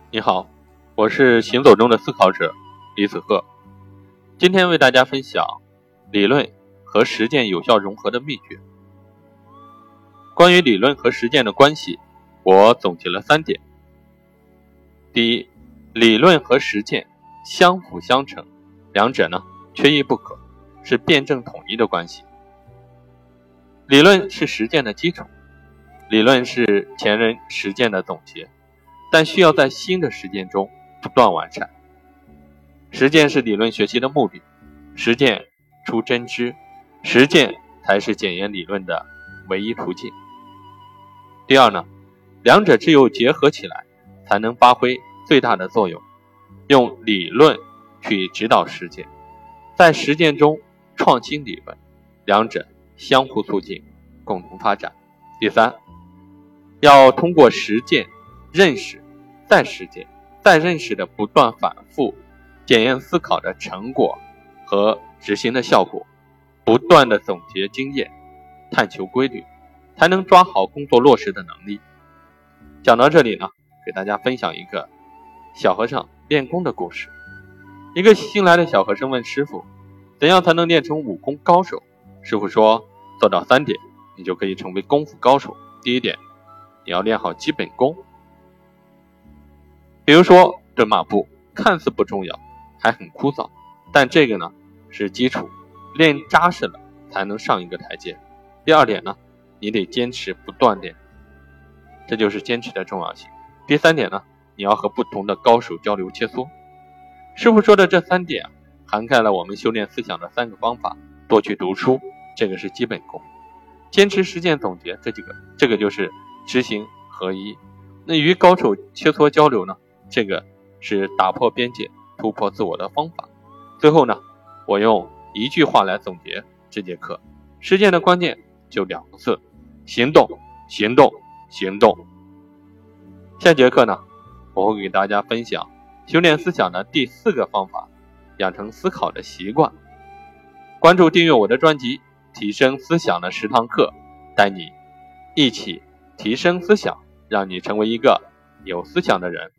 你好，我是行走中的思考者李子鹤，今天为大家分享理论和实践有效融合的秘诀。关于理论和实践的关系，我总结了3点。第一，理论和实践相辅相成，两者呢缺一不可，是辩证统一的关系。理论是实践的基础，理论是前人实践的总结，但需要在新的实践中不断完善。实践是理论学习的目的，实践出真知，实践才是检验理论的唯一途径。第二呢，两者只有结合起来，才能发挥最大的作用。用理论去指导实践，在实践中创新理论，两者相互促进，共同发展。第三，要通过实践认识，再实践，再认识的不断反复，检验思考的成果和执行的效果，不断的总结经验，探求规律，才能抓好工作落实的能力。讲到这里呢，给大家分享一个小和尚练功的故事。一个新来的小和尚问师傅，怎样才能练成武功高手？师傅说，做到3点，你就可以成为功夫高手。第一点，你要练好基本功。比如说蹲马步，看似不重要，还很枯燥，但这个呢是基础，练扎实了才能上一个台阶。第二点呢，你得坚持不断练，这就是坚持的重要性。第3点呢，你要和不同的高手交流切磋。师傅说的这3点涵盖了我们修炼思想的3个方法。多去读书，这个是基本功；坚持实践总结，这个就是知行合一。那与高手切磋交流呢，这个是打破边界突破自我的方法。最后呢，我用一句话来总结这节课，实践的关键就2个字：行动，行动，行动。下节课呢，我会给大家分享修炼思想的第4个方法，养成思考的习惯。关注订阅我的专辑，提升思想的10堂课，带你一起提升思想，让你成为一个有思想的人。